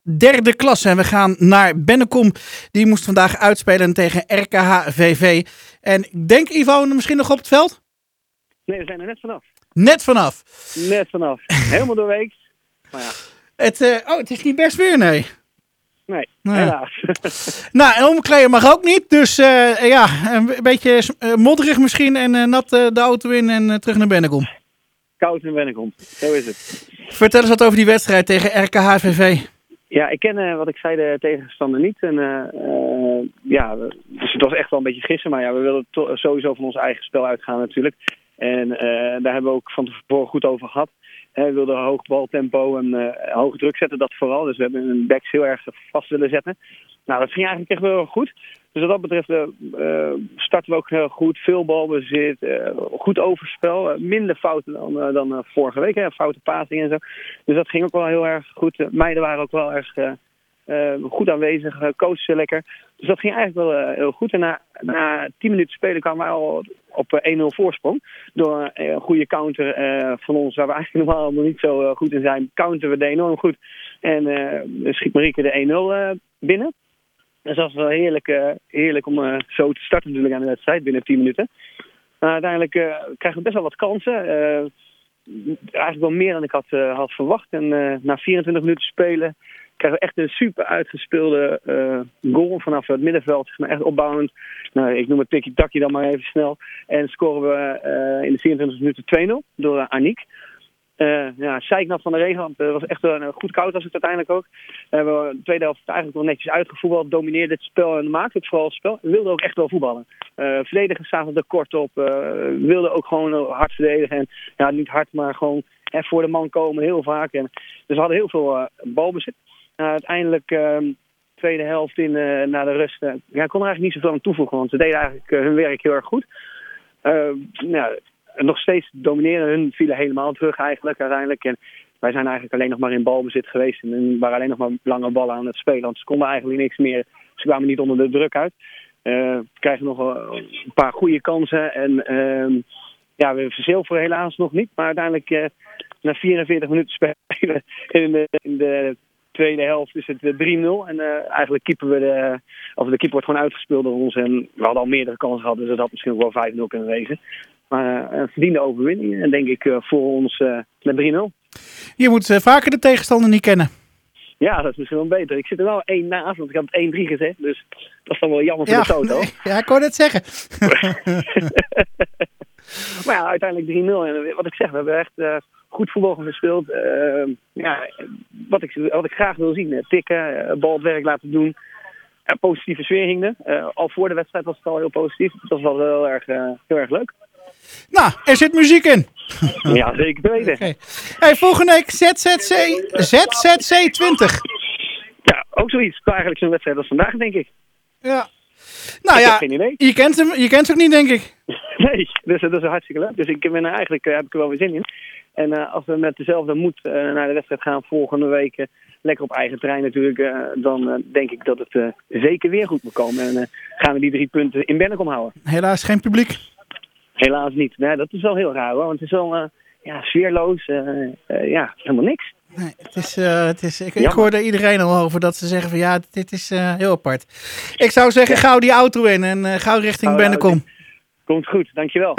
derde klasse. En we gaan naar Bennekom. Die moest vandaag uitspelen tegen RKHVV. En ik denk, Ivo, misschien nog op het veld? Nee, we zijn er net vanaf. Net vanaf? Net vanaf. Helemaal doorweeks. Maar ja. Het is niet best weer, nee. Nee, helaas. Nou, en omkleden mag ook niet. Dus een beetje modderig misschien. En nat de auto in en terug naar Bennekom. Koud in Bennekom, zo is het. Vertel eens wat over die wedstrijd tegen RKHVV. Ja, ik ken wat ik zei de tegenstander niet. En, dus het was echt wel een beetje gissen. Maar ja, we willen sowieso van ons eigen spel uitgaan natuurlijk. En daar hebben we ook van tevoren goed over gehad. We wilden hoog baltempo en hoge druk zetten, dat vooral. Dus we hebben een backs heel erg vast willen zetten. Nou, dat ging eigenlijk echt wel goed. Dus wat dat betreft starten we ook heel goed. Veel balbezit, goed overspel. Minder fouten dan vorige week. Foute passing en zo. Dus dat ging ook wel heel erg goed. Meiden waren ook wel erg goed aanwezig. Coachen lekker. Dus dat ging eigenlijk wel heel goed. En na 10 minuten spelen kwamen wij al op 1-0 voorsprong. Door een goede counter van ons, waar we eigenlijk normaal nog niet zo goed in zijn. Counteren we de enorm goed. En schiet Marieke de 1-0 binnen. Dus dat was wel heerlijk om zo te starten natuurlijk aan de wedstrijd binnen 10 minuten. Uiteindelijk krijgen we best wel wat kansen. Eigenlijk wel meer dan ik had verwacht. En na 24 minuten spelen krijgen we echt een super uitgespeelde goal vanaf het middenveld. Maar echt opbouwend. Nou, ik noem het tikkie-takkie dan maar even snel. En scoren we in de 24 minuten 2-0 door Aniek. Zeiknat van de regen, want het was echt goed koud was het uiteindelijk ook. We hebben de tweede helft eigenlijk wel netjes uitgevoetbald, domineerde het spel en maakte het vooral het spel. We wilden ook echt wel voetballen. Verdedigers zaten er kort op, wilden ook gewoon hard verdedigen. En ja, niet hard, maar gewoon voor de man komen heel vaak. En, dus we hadden heel veel balbezit. Uiteindelijk, tweede helft na de rust, kon er eigenlijk niet zoveel aan toevoegen, want ze deden eigenlijk hun werk heel erg goed. Nog steeds domineren, hun vielen helemaal terug eigenlijk uiteindelijk. En wij zijn eigenlijk alleen nog maar in balbezit geweest. En waren alleen nog maar lange ballen aan het spelen. Want ze konden eigenlijk niks meer. Ze kwamen niet onder de druk uit. We krijgen nog een paar goede kansen. En we verzilveren helaas nog niet. Maar uiteindelijk na 44 minuten spelen in de tweede helft is het 3-0. En eigenlijk keeper de keeper wordt gewoon uitgespeeld door ons. En we hadden al meerdere kansen gehad. Dus dat had misschien ook wel 5-0 kunnen wezen. Maar een verdiende overwinning. En denk ik voor ons met 3-0. Je moet vaker de tegenstander niet kennen. Ja, dat is misschien wel beter. Ik zit er wel 1 naast, want ik had 1-3 gezegd. Dus dat is dan wel jammer voor de toto. Nee, ja, ik wou net zeggen. Maar ja, uiteindelijk 3-0. En wat ik zeg, we hebben echt goed voetbal gespeeld. Wat ik graag wil zien. Tikken, bal het werk laten doen. Positieve sfeer hing er. Al voor de wedstrijd was het al heel positief. Dat was wel heel erg leuk. Nou, er zit muziek in. Ja, zeker te weten. Okay. Hey, volgende week ZZC 20. Ja, ook zoiets. Eigenlijk zo'n wedstrijd als vandaag, denk ik. Ja. Nou ik heb geen idee. Je kent ze ook niet, denk ik. Nee, dus dat is hartstikke leuk. Dus ik ben eigenlijk heb ik er wel weer zin in. En als we met dezelfde moed naar de wedstrijd gaan volgende week, lekker op eigen terrein natuurlijk, dan denk ik dat het zeker weer goed moet komen. En gaan we die 3 punten in Bennekom houden. Helaas geen publiek. Helaas niet. Nee, dat is wel heel raar hoor. Want het is wel sfeerloos. Helemaal niks. Nee, ik hoorde iedereen al over dat ze zeggen van ja, dit is heel apart. Ik zou zeggen, gauw die auto in en gauw richting Bennekom. Komt goed, dankjewel.